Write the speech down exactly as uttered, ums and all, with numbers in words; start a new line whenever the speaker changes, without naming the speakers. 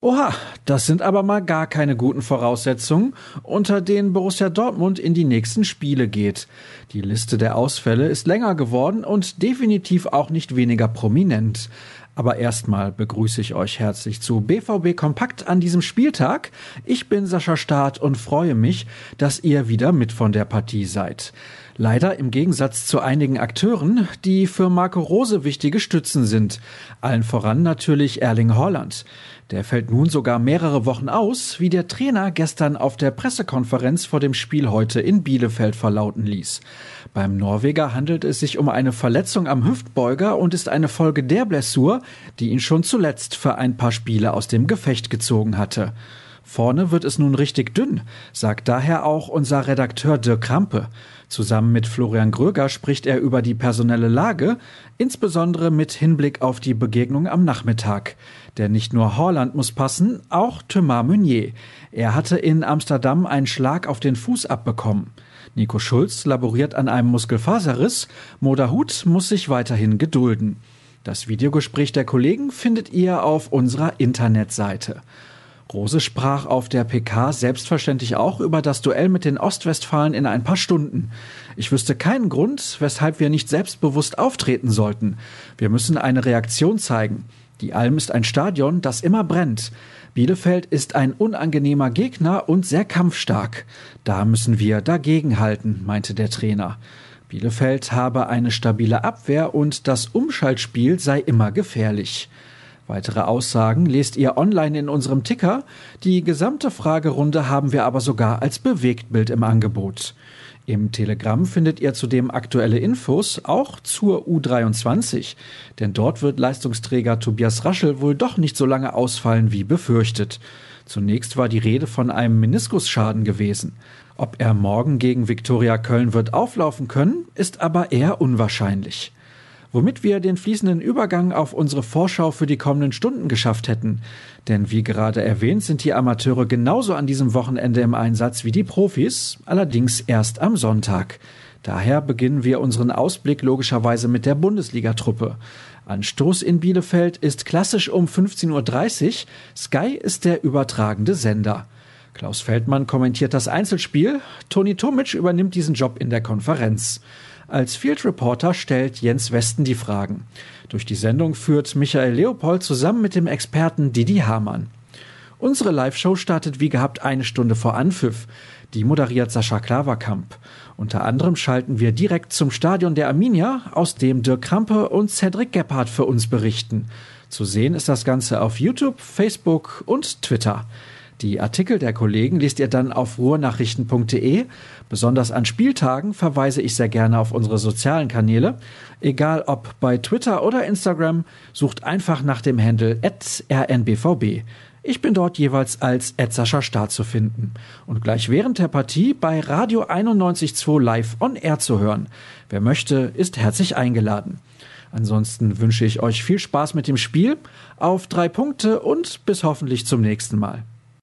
Oha, das sind aber mal gar keine guten Voraussetzungen, unter denen Borussia Dortmund in die nächsten Spiele geht. Die Liste der Ausfälle ist länger geworden und definitiv auch nicht weniger prominent. Aber erstmal begrüße ich euch herzlich zu B V B Kompakt an diesem Spieltag. Ich bin Sascha Staat und freue mich, dass ihr wieder mit von der Partie seid. Leider im Gegensatz zu einigen Akteuren, die für Marco Rose wichtige Stützen sind. Allen voran natürlich Erling Haaland. Der fällt nun sogar mehrere Wochen aus, wie der Trainer gestern auf der Pressekonferenz vor dem Spiel heute in Bielefeld verlauten ließ. Beim Norweger handelt es sich um eine Verletzung am Hüftbeuger und ist eine Folge der Blessur, die ihn schon zuletzt für ein paar Spiele aus dem Gefecht gezogen hatte. Vorne wird es nun richtig dünn, sagt daher auch unser Redakteur Dirk Krampe. Zusammen mit Florian Gröger spricht er über die personelle Lage, insbesondere mit Hinblick auf die Begegnung am Nachmittag. Denn nicht nur Haaland muss passen, auch Thomas Meunier. Er hatte in Amsterdam einen Schlag auf den Fuß abbekommen. Nico Schulz laboriert an einem Muskelfaserriss, Mo Dahoud muss sich weiterhin gedulden. Das Videogespräch der Kollegen findet ihr auf unserer Internetseite. Rose sprach auf der P K selbstverständlich auch über das Duell mit den Ostwestfalen in ein paar Stunden. Ich wüsste keinen Grund, weshalb wir nicht selbstbewusst auftreten sollten. Wir müssen eine Reaktion zeigen. Die Alm ist ein Stadion, das immer brennt. Bielefeld ist ein unangenehmer Gegner und sehr kampfstark. Da müssen wir dagegenhalten, meinte der Trainer. Bielefeld habe eine stabile Abwehr und das Umschaltspiel sei immer gefährlich. Weitere Aussagen lest ihr online in unserem Ticker. Die gesamte Fragerunde haben wir aber sogar als Bewegtbild im Angebot. Im Telegramm findet ihr zudem aktuelle Infos, auch zur U dreiundzwanzig. Denn dort wird Leistungsträger Tobias Raschel wohl doch nicht so lange ausfallen wie befürchtet. Zunächst war die Rede von einem Meniskusschaden gewesen. Ob er morgen gegen Viktoria Köln wird auflaufen können, ist aber eher unwahrscheinlich. Womit wir den fließenden Übergang auf unsere Vorschau für die kommenden Stunden geschafft hätten. Denn wie gerade erwähnt, sind die Amateure genauso an diesem Wochenende im Einsatz wie die Profis, allerdings erst am Sonntag. Daher beginnen wir unseren Ausblick logischerweise mit der Bundesligatruppe. Anstoß in Bielefeld ist klassisch um fünfzehn Uhr dreißig. Sky ist der übertragende Sender. Klaus Feldmann kommentiert das Einzelspiel. Toni Tomic übernimmt diesen Job in der Konferenz. Als Field Reporter stellt Jens Westen die Fragen. Durch die Sendung führt Michael Leopold zusammen mit dem Experten Didi Hamann. Unsere Live-Show startet wie gehabt eine Stunde vor Anpfiff. Die moderiert Sascha Klaverkamp. Unter anderem schalten wir direkt zum Stadion der Arminia, aus dem Dirk Krampe und Cedric Gebhardt für uns berichten. Zu sehen ist das Ganze auf YouTube, Facebook und Twitter. Die Artikel der Kollegen liest ihr dann auf ruhrnachrichten punkt de. Besonders an Spieltagen verweise ich sehr gerne auf unsere sozialen Kanäle. Egal ob bei Twitter oder Instagram, sucht einfach nach dem Handle at r n b v b. Ich bin dort jeweils als at Sascha Staat zu finden. Und gleich während der Partie bei Radio einundneunzig Komma zwei live on air zu hören. Wer möchte, ist herzlich eingeladen. Ansonsten wünsche ich euch viel Spaß mit dem Spiel, auf drei Punkte und bis hoffentlich zum nächsten Mal.